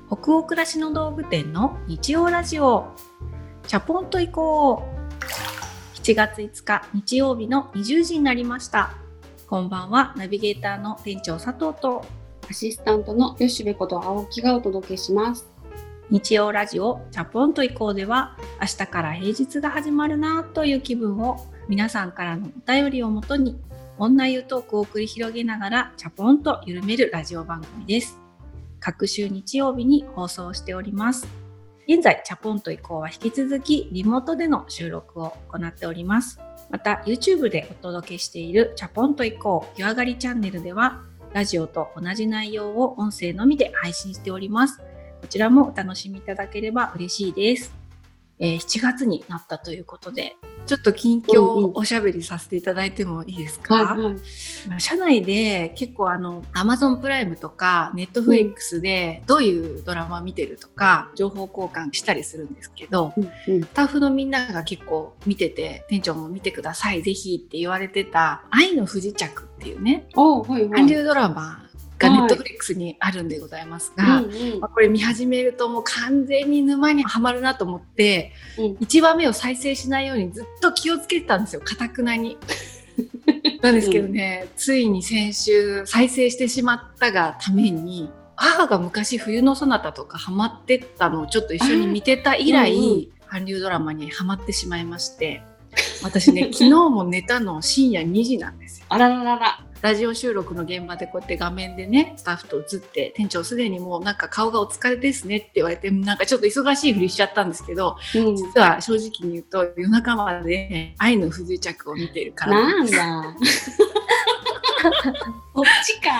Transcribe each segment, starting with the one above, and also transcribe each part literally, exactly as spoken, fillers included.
北欧暮らしの道具店の日曜ラジオ。チャポンと行こう。しちがついつか日曜日のにじゅうじになりました。こんばんは。ナビゲーターの店長佐藤とアシスタントの吉部こと青木がお届けします。 日曜ラジオチャポンと行こうでは、明日から平日が始まるなという気分を皆さんからのお便りをもとに女湯トークを繰り広げながらチャポンと緩めるラジオ番組です。各週日曜日に放送しております。現在チャポンと行こうは引き続きリモートでの収録を行っております。また YouTube でお届けしているチャポンと行こう湯上がりチャンネルではラジオと同じ内容を音声のみで配信しております。こちらもお楽しみいただければ嬉しいです。えー、しちがつになったということで、ちょっと近況をおしゃべりさせていただいてもいいですか？ はいはい、 社内で結構あの Amazon プライムとか Netflix でどういうドラマ見てるとか情報交換したりするんですけど、 うんうん、 スタッフのみんなが結構見てて、店長も見てくださいぜひって言われてた愛の不時着っていうね、 はいはい、 韓流ドラマがネットフリックスにあるんでございますが、 うんうん、 まあ、これ見始めるともう完全に沼にはまるなと思って、うん、いちわめを再生しないようにずっと気をつけてたんですよ、堅くなになんですけどね、うん、ついに先週再生してしまったがために、母が昔冬のソナタとかハマってたのをちょっと一緒に見てた以来、うんうん、韓流ドラマにハマってしまいまして、私ね昨日も寝たの深夜にじなんですよ。 あらららら。 ラジオ収録の現場でこうやって画面でねスタッフと映って、店長すでにもうなんか顔がお疲れですねって言われて、なんかちょっと忙しいふりしちゃったんですけど、うん、実は正直に言うと夜中まで、ね、愛の不時着を見てるからなんだこっちか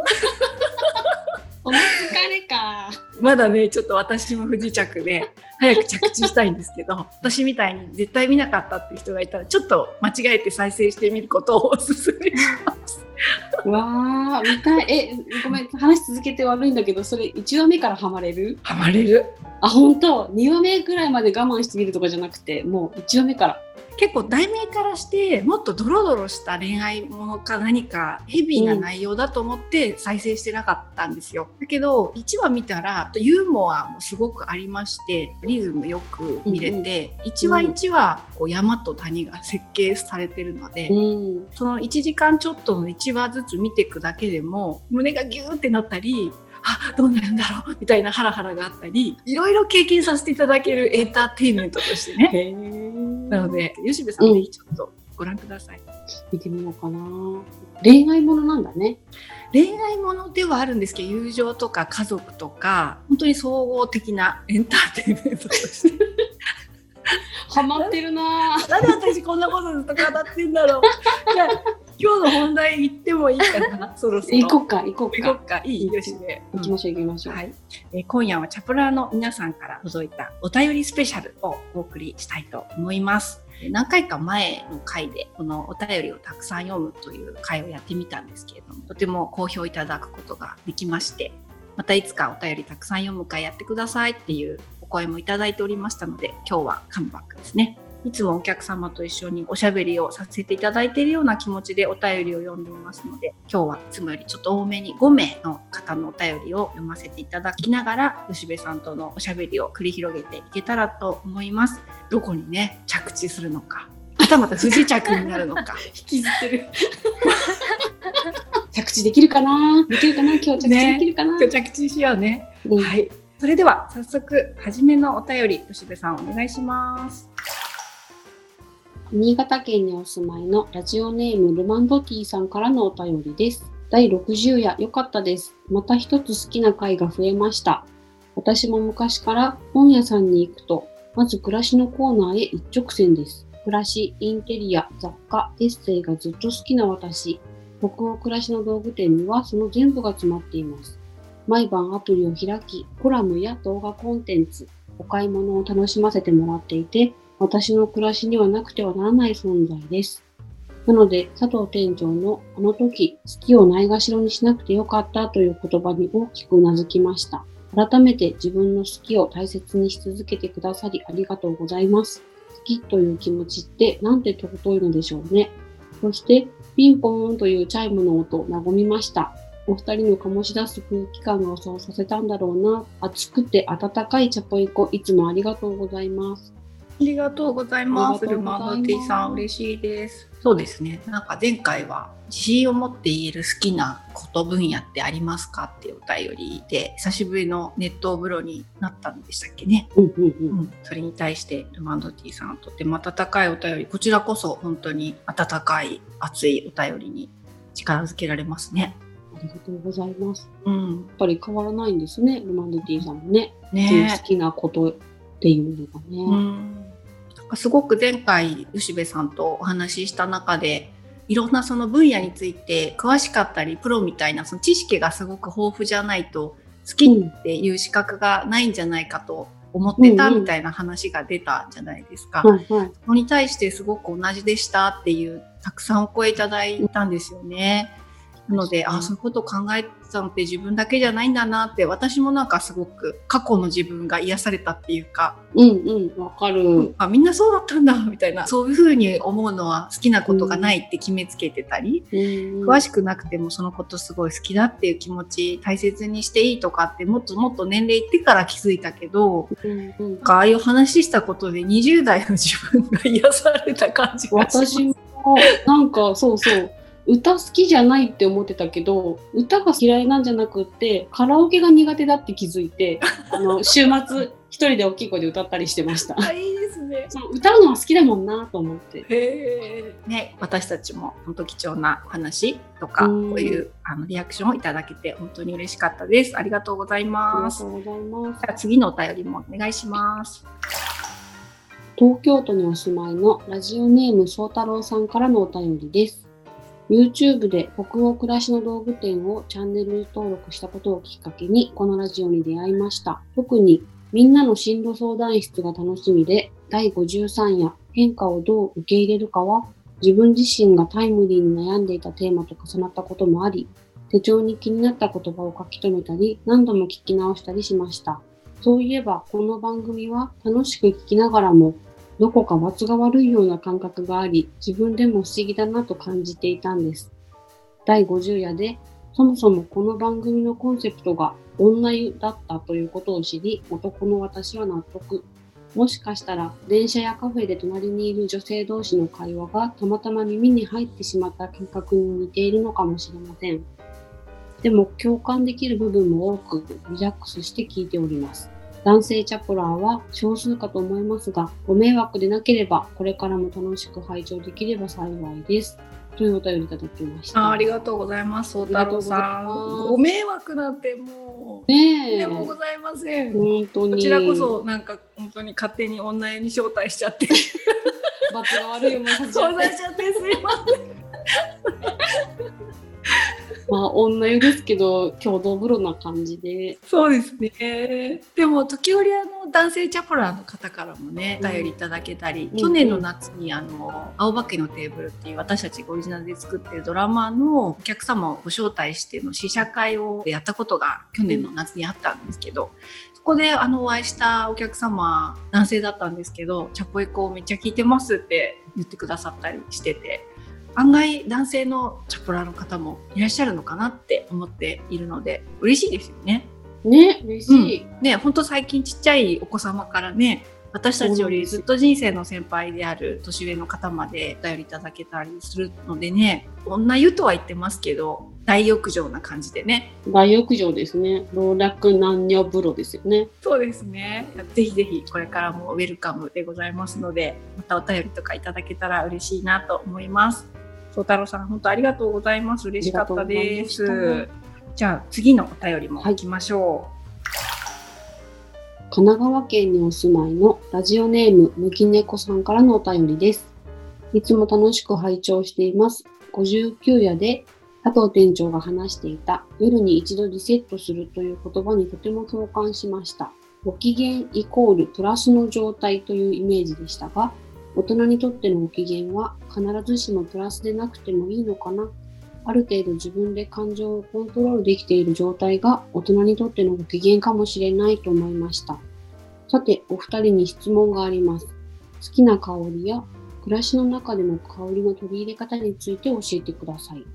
お疲れか。 まだねちょっと私も不時着で早く着地したいんですけど私みたいに絶対見なかったっていう人がいたらちょっと間違えて再生してみることをお勧めしますわー見たい。えごめん話続けて悪いんだけど、それいちわめからハマれる？ ハマれる。 あ本当？にわめぐらいまで我慢してみるとかじゃなくて、もういちわめから。 結構題名からしてもっとドロドロした恋愛ものか何かヘビーな内容だと思って再生してなかったんですよ、うん、だけどいちわ見たらユーモアもすごくありましてリズムよく見れて、うん、いちわいちわこう山と谷が設計されてるので、うん、そのいちじかんちょっとのいちわずつ見ていくだけでも胸がギューってなったり、あどうなるんだろうみたいなハラハラがあったり、いろいろ経験させていただけるエンターテインメントとしてね。へなので吉部さんぜひちょっとご覧ください、うん、 見てみようかな。恋愛ものなんだね。 恋愛ものではあるんですけど、友情とか家族とか本当に総合的なエンターテインメントとしてハマってるな。 なんで私こんなことずっと語ってんだろうじゃあ今日の本題行ってもいいかなそろそろ行こうか行こうか行こうか。いいよしで行きましょう行きましょう、 はいえー、今夜はチャプラーの皆さんから届いたお便りスペシャルをお送りしたいと思います。何回か前の回でこのお便りをたくさん読むという回をやってみたんですけれども、とても好評いただくことができまして、またいつかお便りたくさん読む回やってくださいっていうお声もいただいておりましたので、今日はカムバックですね。いつもお客様と一緒におしゃべりをさせていただいているような気持ちでお便りを読んでいますので、今日はいつもよりちょっと多めにごめいの方のお便りを読ませていただきながら吉部さんとのおしゃべりを繰り広げていけたらと思います。どこにね着地するのか、またまた不時着になるのか引きずってる着地できるかなできるかな今日着地できるかな、 ね、今日着地しようね、うん、はい。それでは早速初めのお便り吉部さんお願いします。 新潟県にお住まいのラジオネームルマンドティさんからのお便りです。だいろくじゅう夜良かったです。また一つ好きな回が増えました。私も昔から本屋さんに行くとまず暮らしのコーナーへ一直線です。暮らし、インテリア、雑貨、エッセイがずっと好きな私。北欧暮らしの道具店にはその全部が詰まっています。毎晩アプリを開き、コラムや動画コンテンツ、お買い物を楽しませてもらっていて、私の暮らしにはなくてはならない存在です。なので、佐藤店長のあの時、好きをないがしろにしなくてよかったという言葉に大きくうなずきました。改めて自分の好きを大切にし続けてくださりありがとうございます。好きという気持ちってなんて尊いのでしょうね。そして、ピンポーンというチャイムの音、和みました。 お二人の醸し出す空気感がそうさせたんだろうな。熱くて温かいチャポイコ、いつもありがとうございます。 ありがとうございます。 ありがとうございます。 ルマンドティーさん、嬉しいです。そうですね。なんか前回は自信を持って言える好きなこと分野ってありますかっていうお便りで、久しぶりの熱湯風呂になったんでしたっけね。 うんうんうんうん、それに対してルマンドティーさん、とても温かいお便り、こちらこそ本当に温かい熱いお便りに力づけられますね。 ありがとうございます。 うん、 やっぱり変わらないんですね、ルマンドティーさんもね。 ね、 好きなことっていうのがね。 うん、なんかすごく前回吉部さんとお話しした中で、いろんなその分野について詳しかったり、プロみたいなその知識がすごく豊富じゃないと好きっていう資格がないんじゃないかと思ってたみたいな話が出たじゃないですか。 うんうんはいはい、 そこに対してすごく同じでしたっていうたくさんお声いただいたんですよね。なので、あ、そういうことを考えてたのって自分だけじゃないんだなって、私もなんかすごく過去の自分が癒されたっていうか、 うんうんわかる、 あ、みんなそうだったんだみたいな、そういう風に思うのは好きなことがないって決めつけてたり、 うん、 詳しくなくてもそのことすごい好きだっていう気持ち大切にしていいとかって、もっともっと年齢いってから気づいたけど、 うんうん、 なんかああいう話したことでにじゅう代の自分が癒された感じがします。 私もなんかそうそう歌好きじゃないって思ってたけど、歌が嫌いなんじゃなくってカラオケが苦手だって気づいてあの週末一人で大きい声で歌ったりしてました。 あ、いいですね。 その歌うのは好きだもんなと思って。 へー、ね、私たちも本当貴重なお話とか、こういうあのリアクションをいただけて本当に嬉しかったです。ありがとうございます。 ありがとうございます。 じゃあ次のお便りもお願いします。 東京都にお住まいのラジオネームそうたろうさんからのお便りです。YouTube で北欧暮らしの道具店をチャンネル登録したことをきっかけにこのラジオに出会いました。特にみんなの進路相談室が楽しみで、だいごじゅうさん夜変化をどう受け入れるかは自分自身がタイムリーに悩んでいたテーマと重なったこともあり、手帳に気になった言葉を書き留めたり何度も聞き直したりしました。そういえばこの番組は楽しく聞きながらもどこか罰が悪いような感覚があり、自分でも不思議だなと感じていたんです。だいごじゅう夜で、そもそもこの番組のコンセプトが女湯だったということを知り、男の私は納得。もしかしたら、電車やカフェで隣にいる女性同士の会話がたまたま耳に入ってしまった感覚に似ているのかもしれません。でも共感できる部分も多く、リラックスして聞いております。男性チャポラーは少数かと思いますが、ご迷惑でなければ、これからも楽しく拝聴できれば幸いです。というお便りいただきました。 あ、ありがとうございます。そうたろうさん。ご迷惑なんてもう、 ねえ。 でもございません。 本当に。 こちらこそ、なんか本当に勝手に女湯に招待しちゃって。 罰が悪い思いさせちゃって。すいません。まあ女湯ですけど共同風呂な感じで。 そうですね。でも時折あの男性チャポラーの方からもね、お便りいただけたり、うん、去年の夏にあの青葉家のテーブルっていう私たちがオリジナルで作ってるドラマのお客様をご招待しての試写会をやったことが去年の夏にあったんですけど、うん、そこであのお会いしたお客様男性だったんですけど、チャポエコめっちゃ聞いてますって言ってくださったりしてて、案外男性のチャポラーの方もいらっしゃるのかなって思っているので嬉しいですよね。 ね、嬉しい。 うん、ね、本当最近ちっちゃいお子様からね、私たちよりずっと人生の先輩である年上の方までお便りいただけたりするのでね、女湯とは言ってますけど大浴場な感じでね。 大浴場ですね。老若男女風呂ですよね。 そうですね。ぜひぜひこれからもウェルカムでございますので、またお便りとかいただけたら嬉しいなと思います。そうたろうさん、本当ありがとうございます。嬉しかったです。じゃあ次のお便りもいきましょう。 はい、神奈川県にお住まいのラジオネームむきねこさんからのお便りです。いつも楽しく拝聴しています。ごじゅうきゅう夜で佐藤店長が話していた夜に一度リセットするという言葉にとても共感しました。ご機嫌イコールプラスの状態というイメージでしたが、大人にとってのご機嫌は必ずしもプラスでなくてもいいのかな。ある程度自分で感情をコントロールできている状態が大人にとってのご機嫌かもしれないと思いました。さて、お二人に質問があります。好きな香りや暮らしの中での香りの取り入れ方について教えてください。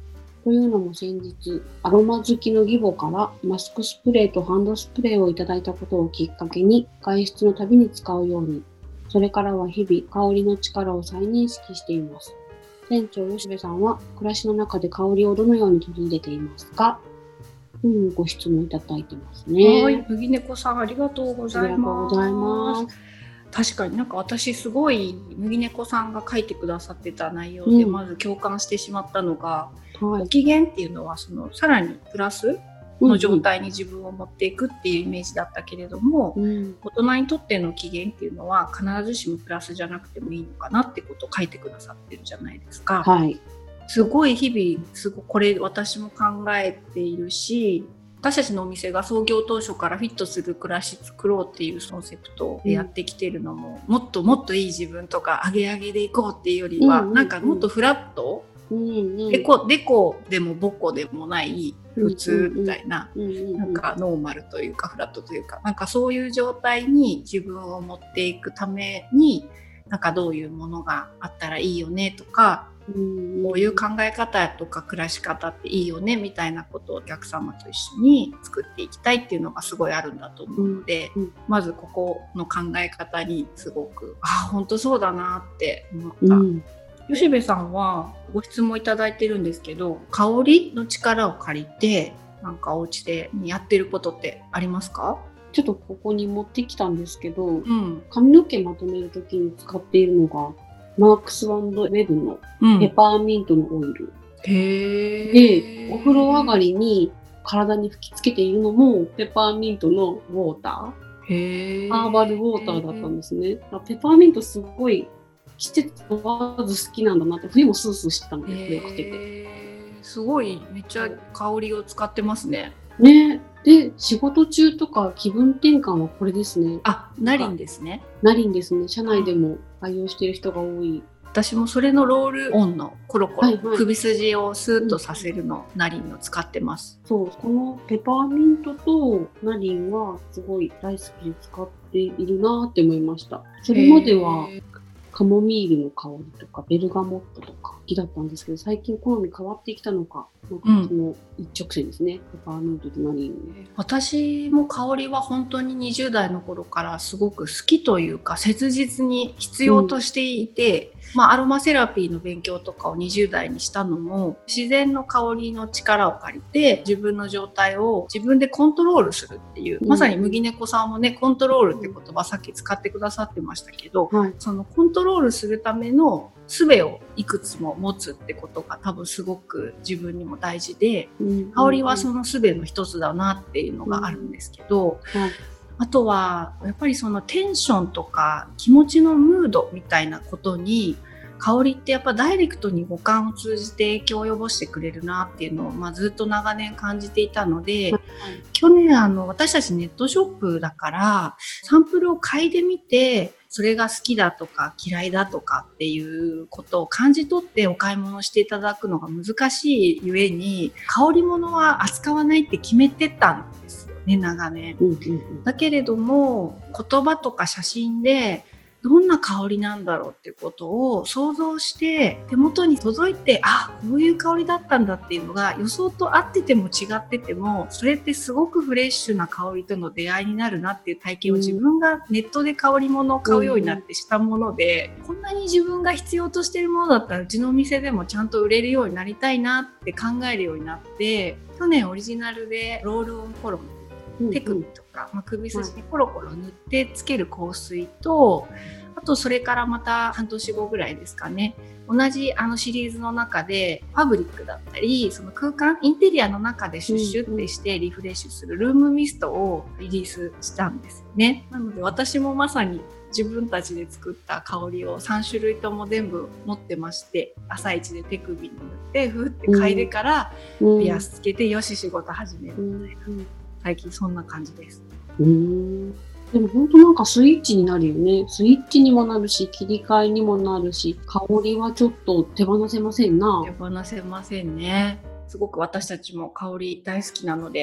というのも先日、アロマ好きの義母からマスクスプレーとハンドスプレーをいただいたことをきっかけに外出のたびに使うように、それからは日々香りの力を再認識しています。店長吉部さんは暮らしの中で香りをどのように取り入れていますか？うん、ご質問いただいてますね。 はい、麦猫さんありがとうございます。 ありがとうございます。 確かになんか私すごい麦猫さんが書いてくださってた内容でまず共感してしまったのが、うんはい、ご機嫌っていうのはそのさらにプラスの状態に自分を持っていくっていうイメージだったけれども、うん、大人にとっての機嫌っていうのは必ずしもプラスじゃなくてもいいのかなってことを書いてくださってるじゃないですか。はい、すごい日々すごいこれ私も考えているし、私たちのお店が創業当初からフィットする暮らし作ろうっていうコンセプトでやってきてるのも、うん、もっともっといい自分とか上げ上げでいこうっていうよりは、うんうんうん、なんかもっとフラット、うんうん、デコデコでもボコでもない普通みたいな、うんうん、なんかノーマルというかフラットというか、なんかそういう状態に自分を持っていくためになんかどういうものがあったらいいよねとか、こういう考え方とか暮らし方っていいよねみたいなことをお客様と一緒に作っていきたいっていうのがすごいあるんだと思うので、うんうん、まずここの考え方にすごくあ本当そうだなって思った、うん、吉部さんはご質問いただいてるんですけど、香りの力を借りてなんかお家でやってることってありますか？ ちょっとここに持ってきたんですけど、うん、髪の毛まとめるときに使っているのがマークス&ウェブのペパーミントのオイル、うん、へでお風呂上がりに体に吹きつけているのもペパーミントのウォーター、へハーバルウォーターだったんですね。ペパーミントすごい季節問わず好きなんだなって、冬もスースーしてたので冬かけて、 すごいめっちゃ香りを使ってますね。 ねで仕事中とか気分転換はこれですね。 あ、ナリンですね。 ナリンですね。社内でも愛用している人が多い。 私もそれのロールオンのコロコロ、はいはい、首筋をスーッとさせるの、うん、ナリンを使ってます。 そう、このペパーミントとナリンはすごい大好きで使っているなって思いました。それまではカモミールの香りとかベルガモットとか好きだったんですけど、最近好み変わってきたのか、なんかその一直線ですね、うん、ペパーミントとナリン。 私も香りは本当ににじゅう代の頃からすごく好きというか切実に必要としていて、うんまあ、アロマセラピーの勉強とかをにじゅう代にしたのも自然の香りの力を借りて自分の状態を自分でコントロールするっていう、うん、まさに麦猫さんもねコントロールって言葉さっき使ってくださってましたけど、はい、そのコントロールするための術をいくつも持つってことが多分すごく自分にも大事で、うん、香りはその術の一つだなっていうのがあるんですけど、うんはい、あとはやっぱりそのテンションとか気持ちのムードみたいなことに香りってやっぱダイレクトに五感を通じて影響を及ぼしてくれるなっていうのを、まあ、ずっと長年感じていたので、はい、去年あの私たちネットショップだからサンプルを嗅いでみてそれが好きだとか嫌いだとかっていうことを感じ取ってお買い物していただくのが難しいゆえに香り物は扱わないって決めてたんですよね長年、うんうんうん、だけれども言葉とか写真でどんな香りなんだろうっていうことを想像して手元に届いてあこういう香りだったんだっていうのが予想と合ってても違っててもそれってすごくフレッシュな香りとの出会いになるなっていう体験を自分がネットで香り物を買うようになってしたもので、うん、こんなに自分が必要としているものだったらうちのお店でもちゃんと売れるようになりたいなって考えるようになって去年オリジナルでロールオンコロン手首とか、まあ、首筋にコロコロ塗ってつける香水と、あとそれからまた半年後ぐらいですかね、同じあのシリーズの中でファブリックだったりその空間インテリアの中でシュッシュッてしてリフレッシュするルームミストをリリースしたんですよね。なので私もまさに自分たちで作った香りをさん種類とも全部持ってまして、朝一で手首に塗ってふーって嗅いでからピアスつけてよし仕事始めるみたいな、うんうん、最近そんな感じです。 うーんでも本当なんかスイッチになるよね。スイッチにもなるし切り替えにもなるし香りはちょっと手放せませんな。 手放せませんね。すごく私たちも香り大好きなので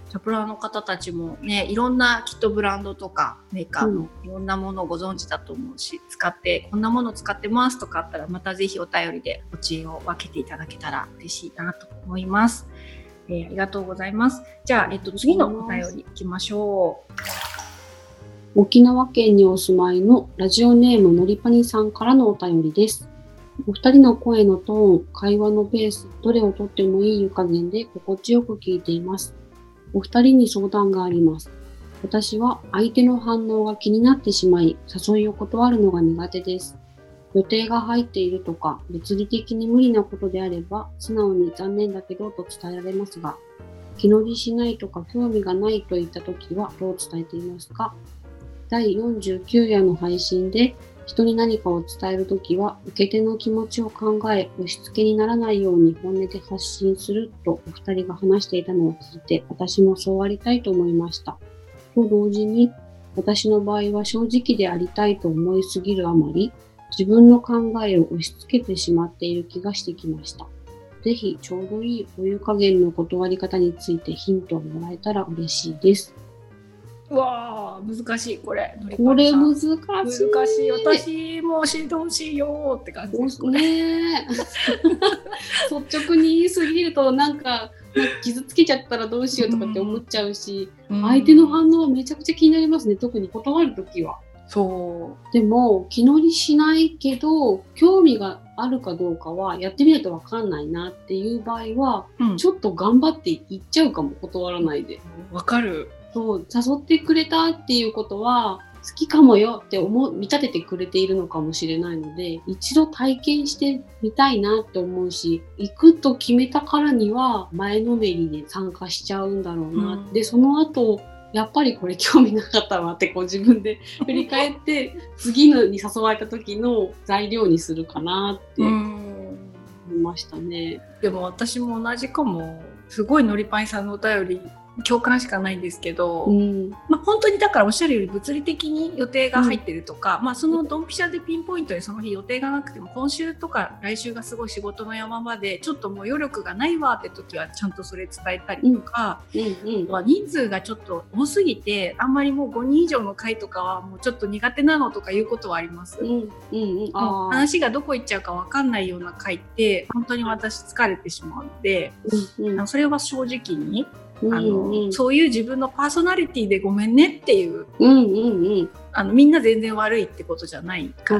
チャプラーの方たちもね、いろんなきっとブランドとかメーカーのいろんなものをご存知だと思うし、使ってこんなもの使ってますとかあったら、またぜひお便りでお知恵を分けていただけたら嬉しいなと思います。えー、ありがとうございます。じゃあ、えっと、次のお便りいきましょう。沖縄県にお住まいのラジオネームのりぱにさんからのお便りです。お二人の声のトーン、会話のペース、どれをとってもいい湯加減で心地よく聞いています。お二人に相談があります。私は相手の反応が気になってしまい、誘いを断るのが苦手です。予定が入っているとか、物理的に無理なことであれば、素直に残念だけどと伝えられますが、気乗りしないとか興味がないといったときはどう伝えていますか？だいよんじゅうきゅうやの配信で、人に何かを伝えるときは、受け手の気持ちを考え、押し付けにならないように本音で発信するとお二人が話していたのを聞いて、私もそうありたいと思いました。と同時に、私の場合は正直でありたいと思いすぎるあまり、自分の考えを押し付けてしまっている気がしてきました。ぜひ、ちょうどいいお湯加減の断り方についてヒントをもらえたら嬉しいです。 う。うわー、難しい、これ。 これ難しい。 難しい。私も教えてほしいよって感じです。 ね率直に言い過ぎると、なんか、傷つけちゃったらどうしようとかって思っちゃうし、うん、相手の反応はめちゃくちゃ気になりますね。特に断るときは。 そう。 でも、気乗りしないけど、興味があるかどうかはやってみないとわかんないなっていう場合は、うん、ちょっと頑張って言っちゃうかも、断らないで。 わかる。 そう、誘ってくれたっていうことは、好きかもよって思う、見立ててくれているのかもしれないので、一度体験してみたいなって思うし、行くと決めたからには前のめりで参加しちゃうんだろうな。うん、で、その後、やっぱりこれ興味なかったわってこう自分で振り返って次のに誘われた時の材料にするかなって思いましたね。 でも私も同じかも。すごいのりぱいさんのお便り共感しかないんですけど、うん、まあ、本当にだからおっしゃるより物理的に予定が入ってるとか、うん、まあ、そのドンピシャでピンポイントでその日予定がなくても今週とか来週がすごい仕事の山場でちょっともう余力がないわって時はちゃんとそれ伝えたりとか、うんうんうん、人数がちょっと多すぎてあんまりもうごにん以上の会とかはもうちょっと苦手なのとかいうことはあります、うんうんうん、あ話がどこ行っちゃうか分かんないような会って本当に私疲れてしまうので、うんうん、それは正直にあのうんうん、そういう自分のパーソナリティでごめんねっていう、うんうんうん、あのみんな全然悪いってことじゃないから、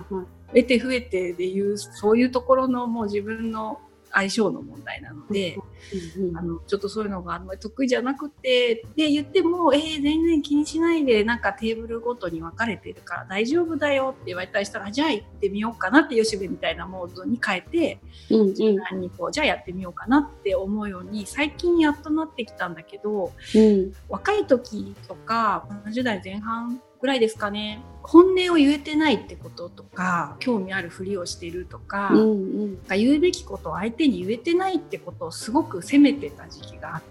うんうんうん、得て増えてでいうそういうところのもう自分の相性の問題なので、うんうん、あのちょっとそういうのがあんまり得意じゃなくてで言っても、えー、全然気にしないでなんかテーブルごとに分かれてるから大丈夫だよって言われたりしたらじゃあ行ってみようかなって吉部みたいなモードに変えて、うんうん、柔軟にこうじゃあやってみようかなって思うように最近やっとなってきたんだけど、うん、若い時とかななじゅう代前半ぐらいですかね、本音を言えてないってこととか興味あるふりをしてるとか、うんうん、言うべきことを相手に言えてないってことをすごく責めてた時期があって、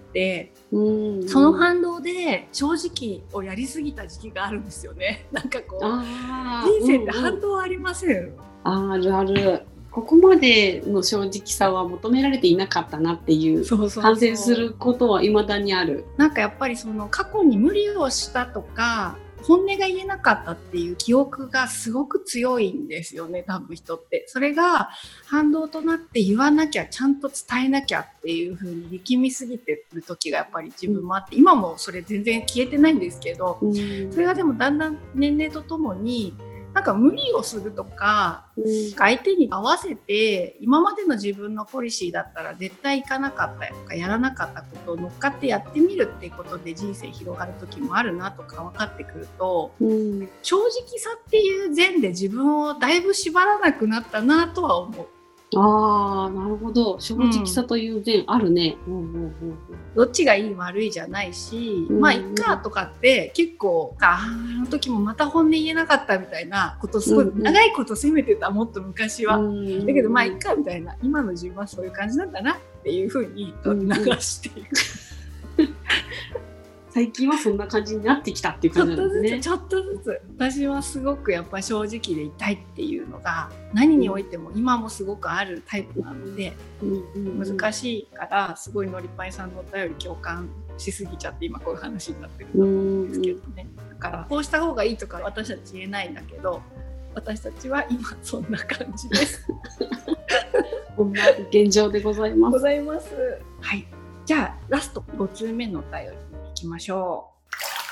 うんうん、その反動で正直をやりすぎた時期があるんですよね。なんかこう人生って反動ありません？うんうん、 あるある。ここまでの正直さは求められていなかったなっていう反省することは未だにある。 なんかやっぱりその過去に無理をしたとか本音が言えなかったっていう記憶がすごく強いんですよね、多分人って。それが反動となって言わなきゃちゃんと伝えなきゃっていう風に力みすぎてる時がやっぱり自分もあって、うん、今もそれ全然消えてないんですけど、うん、それがでもだんだん年齢とともになんか無理をするとか、うん、相手に合わせて今までの自分のポリシーだったら絶対行かなかったとかやらなかったことを乗っかってやってみるっていうことで人生広がる時もあるなとか分かってくると、うん、正直さっていう前で自分をだいぶ縛らなくなったなとは思う。 あー、なるほど。正直さという前あるね、うんうんうんうん、 どっちがいい悪いじゃないし、うんうん、まあいっかとかって結構あの時もまた本音言えなかったみたいなことすごい長いこと責めてた、もっと昔は、うんうん、だけどまあいっかみたいな、今の自分はそういう感じなんだなっていう風に流していく、うんうん、 最近はそんな感じになってきたっていう感じなんですね。 ちょっとずつちょっとずつ私はすごくやっぱ正直でいたいっていうのが何においても今もすごくあるタイプなので、うんうんうん、難しいからすごいのりぱいさんのお便り共感しすぎちゃって今こういう話になってると思うんですけどね。だからこうした方がいいとか私たち言えないんだけど、私たちは今そんな感じですこんな現状でございますございます。はい、じゃあラストご通目のお便りに行きましょう。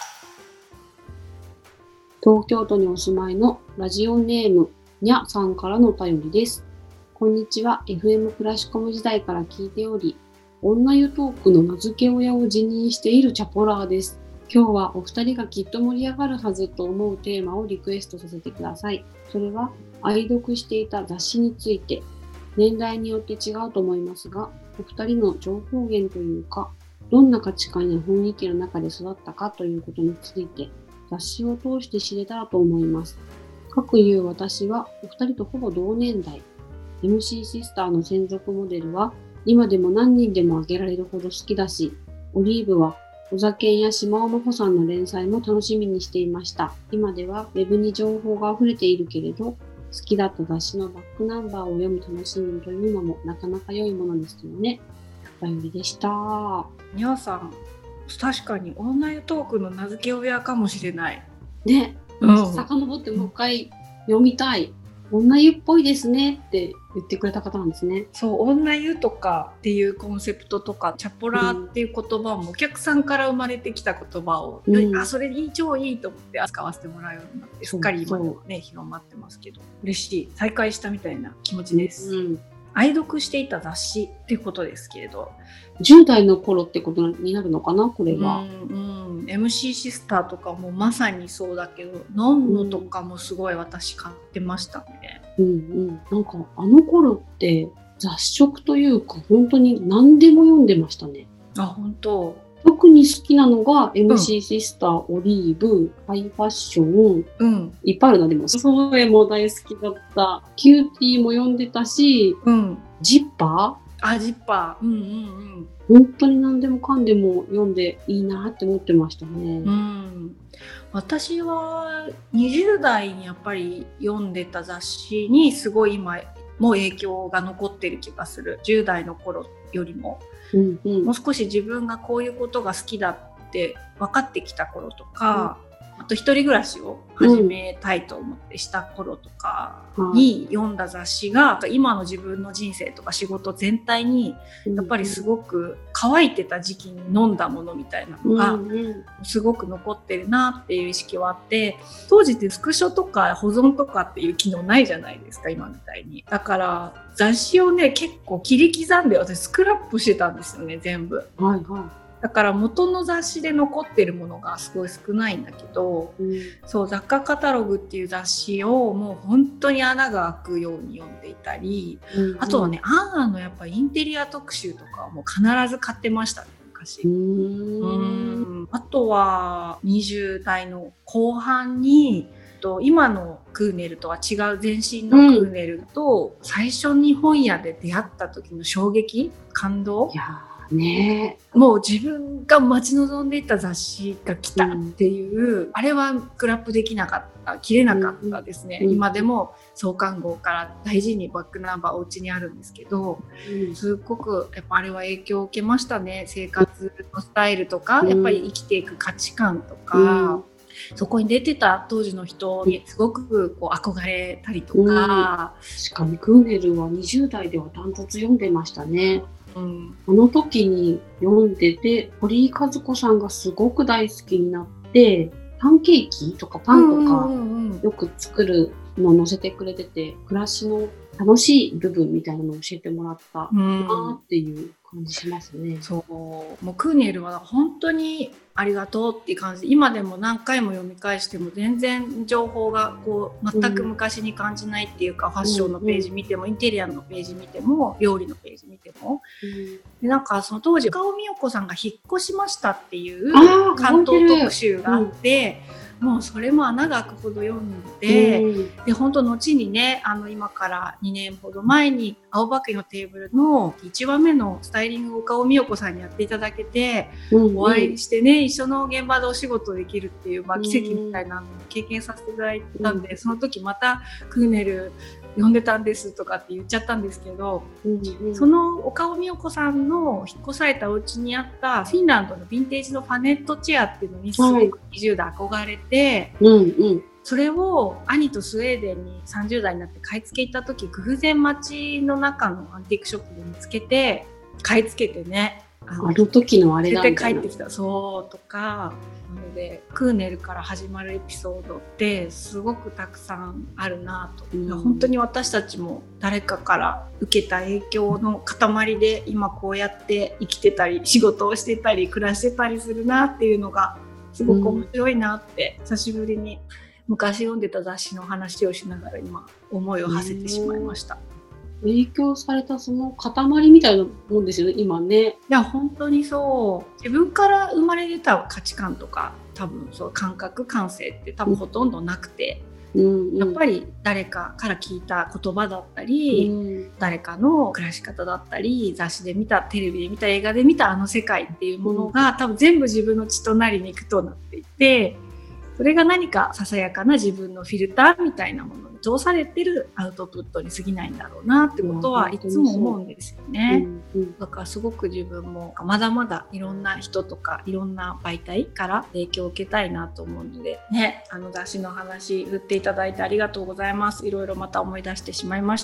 東京都にお住まいのラジオネームにゃさんからのお便りです。こんにちは。 エフエム クラシコム時代から聞いており、女湯トークの名付け親を自認しているチャポラーです。今日はお二人がきっと盛り上がるはずと思うテーマをリクエストさせてください。それは愛読していた雑誌について。年代によって違うと思いますが、お二人の情報源というか、どんな価値観や雰囲気の中で育ったかということについて、雑誌を通して知れたらと思います。かくいう私はお二人とほぼ同年代。エムシー シスターの専属モデルは今でも何人でも挙げられるほど好きだし、オリーブは小酒や島尾真帆さんの連載も楽しみにしていました。今ではウェブに情報が溢れているけれど、好きだった雑誌のバックナンバーを読む楽しみというのもなかなか良いものですよね。お便りでした。 にゃーさん、確かに女湯トークの名付け親かもしれないね、うん、遡ってもう一回読みたい。女湯っぽいですねって言ってくれた方なんですね。 そう、女湯とかっていうコンセプトとか、チャポラーっていう言葉もお客さんから生まれてきた言葉を、うん、あ、それいい、超いいと思って使わせてもらうようになって、すっかり今でもね広まってますけど、嬉しい、再会したみたいな気持ちです、うん、愛読していた雑誌っていうことですけれど、 じゅう代の頃ってことになるのかな、これは。 うん、うん、エムシー シスターとかもまさにそうだけど、ノンノとかもすごい私買ってましたね。 うんうん、なんかあの頃って雑食というか本当に何でも読んでましたね。 あ、本当。 特に好きなのが エムシー シスター、うん、オリーブ、ハイファッション、うん、いっぱいあるな。でもそれも大好きだった。キューティーも読んでたし、うん、ジッパーあ、ジッパー、うんうんうん、 本当に何でもかんでも読んでいいなって思ってましたね。 うん、私はにじゅう代にやっぱり読んでた雑誌にすごい今も影響が残ってる気がする。じゅう代の頃よりも、うんうん、もう少し自分がこういうことが好きだって分かってきた頃とか、うん、あと一人暮らしを始めたいと思ってした頃とかに読んだ雑誌が、うん、今の自分の人生とか仕事全体にやっぱりすごく乾いてた時期に飲んだものみたいなのがすごく残ってるなっていう意識はあって、当時ってスクショとか保存とかっていう機能ないじゃないですか、今みたいに。だから雑誌をね結構切り刻んで私スクラップしてたんですよね、全部。はいはい。だから元の雑誌で残ってるものがすごい少ないんだけど、うん、そう、雑貨カタログっていう雑誌をもう本当に穴が開くように読んでいたり、うんうん、あとはね、アンアンのやっぱインテリア特集とかも必ず買ってましたね、昔。うーん、あとはにじゅう代の後半に今のクーネルとは違う前身のクーネルと最初に本屋で出会った時の衝撃、感動、いやね、もう自分が待ち望んでいた雑誌が来たっていう、うん、あれはスクラップできなかった、切れなかったですね、うん、今でも創刊号から大事にバックナンバーお家にあるんですけど、うん、すっごくやっぱあれは影響を受けましたね。生活のスタイルとか、うん、やっぱり生きていく価値観とか、うん、そこに出てた当時の人にすごくこう憧れたりとか、うん、 確かにクーネルはにじゅう代ではダントツ読んでましたね。うん、あの時に読んでて、堀井和子さんがすごく大好きになって、パンケーキとかパンとかよく作るのを載せてくれてて、暮らしの楽しい部分みたいなのを教えてもらったなっていう感じしますね。うん、 そう、もうクーネルは本当にありがとうっていう感じで、今でも何回も読み返しても全然情報がこう全く昔に感じないっていうか、うん、ファッションのページ見ても、うん、インテリアのページ見ても、料理のページ見ても、うん、でなんかその当時岡尾美代子さんが引っ越しましたっていう関東特集があって、もうそれも穴が開くほど読んで、うん、で本当後にね、あの今からにねんほど前に青葉家のテーブルのいちわめのスタイリングを岡尾美代子さんにやっていただけて、うんうん、お会いしてね、一緒の現場でお仕事できるっていう、まあ、奇跡みたいなのを経験させていただいたんで、うん、その時またクーネル読んでたんですとかって言っちゃったんですけど、 うんうん、 その岡尾美代子さんの引っ越されたお家にあったフィンランドのヴィンテージのファネットチェアっていうのにすごくにじゅう代憧れて、 はい、うんうん、 それを兄とスウェーデンにさんじゅう代になって買い付け行った時、偶然街の中のアンティークショップで見つけて買い付けてね、 あの時のあれだみたいな、帰ってきたそうとか、なのでクーネルから始まるエピソードってすごくたくさんあるなと、うん、本当に私たちも誰かから受けた影響の塊で今こうやって生きてたり仕事をしてたり暮らしてたりするなっていうのがすごく面白いなって、うん、久しぶりに昔読んでた雑誌の話をしながら今思いを馳せてしまいました。 影響されたその塊みたいなもんですよね今ね。 いや本当にそう、自分から生まれ出た価値観とか多分そう感覚感性って多分ほとんどなくて、うんうん、やっぱり誰かから聞いた言葉だったり、うん、誰かの暮らし方だったり雑誌で見たテレビで見た映画で見たあの世界っていうものが、うん、多分全部自分の血となり肉となっていて、それが何かささやかな自分のフィルターみたいなものに通されてるアウトプットに過ぎないんだろうなってことはいつも思うんですよね、うんうん、だからすごく自分もまだまだいろんな人とかいろんな媒体から影響を受けたいなと思うのでね、あの雑誌の話振っていただいてありがとうございます。いろいろまた思い出してしまいました。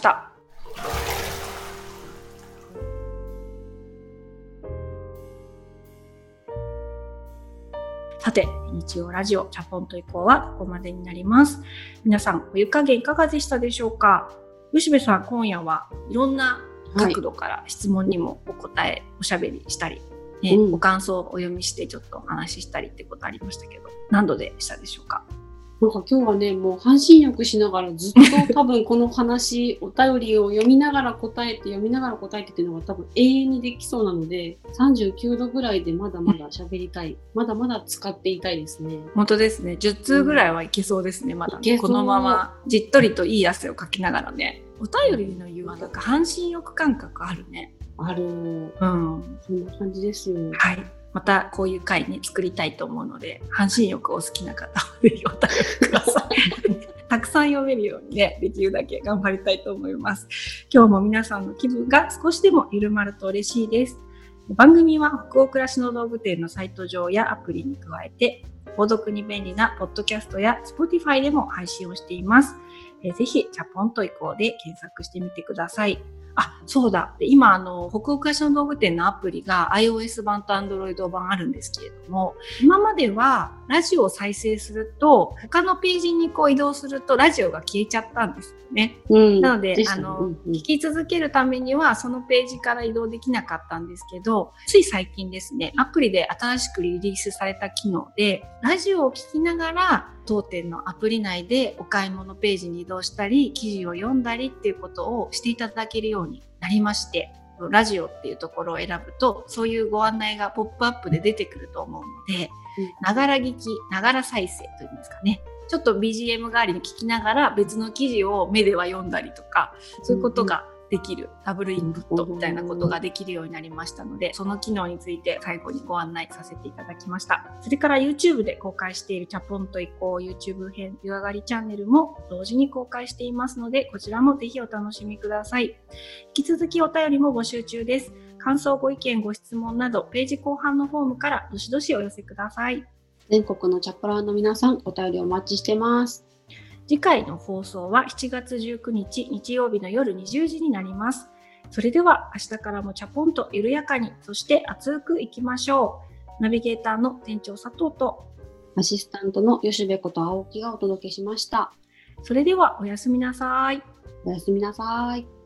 さて、日曜ラジオチャポンと以降はここまでになります。皆さんお湯加減いかがでしたでしょうか。吉部さん、今夜はいろんな角度から質問にもお答え、はい、おしゃべりしたり、ね、うん、ご感想をお読みしてちょっとお話ししたりってことありましたけど、何度でしたでしょうか。 なんか今日はね、もう半身浴しながらずっと多分この話お便りを読みながら答えて読みながら答えてっていうのが多分永遠にできそうなので、さんじゅうきゅうどぐらいでまだまだ喋りたい、まだまだ使っていたいですね。 本当ですね。じゅっつうぐらいはいけそうですね、うん、まだね、このままじっとりといい汗をかきながらね。お便りの言うはなんか半身浴感覚あるね。 ある、うん、そんな感じですよ。 はい、またこういう回に作りたいと思うので、半身浴を好きな方はぜひお便りくださいたくさん読めるようにね、できるだけ頑張りたいと思います。今日も皆さんの気分が少しでも緩まると嬉しいです。番組は北欧暮らしの道具店のサイト上やアプリに加えて、購読に便利なポッドキャストや Spotify でも配信をしています。えー、ぜひチャポンと以降で検索してみてください。あ、そうだ。で今、あの、北欧暮らしの道具店のアプリが iOS 版と Android 版あるんですけれども、今まではラジオを再生すると、他のページにこう移動するとラジオが消えちゃったんですよね。うん、なので、あの、うんうん、聞き続けるためにはそのページから移動できなかったんですけど、つい最近ですね、アプリで新しくリリースされた機能で、ラジオを聞きながら当店のアプリ内でお買い物ページに移動したり、記事を読んだりっていうことをしていただけるようになりまして、ラジオっていうところを選ぶとそういうご案内がポップアップで出てくると思うので、ながら聞き、ながら再生というんですかね、ちょっと ビージーエム 代わりに聞きながら別の記事を目では読んだりとか、そういうことができる、ダブルインプットみたいなことができるようになりましたので、その機能について最後にご案内させていただきました。それから YouTube で公開しているチャポンと移行 YouTube 編湯上がりチャンネルも同時に公開していますので、こちらもぜひお楽しみください。引き続きお便りも募集中です。感想、ご意見、ご質問などページ後半のフォームからどしどしお寄せください。 全国のチャプラーの皆さん、お便りお待ちしてます。 次回の放送はしちがつじゅうくにち日曜日の夜にじゅうじになります。それでは明日からもチャポンと緩やかに、そして熱くいきましょう。ナビゲーターの店長佐藤とアシスタントの吉部こと青木がお届けしました。 それではおやすみなさい。 おやすみなさい。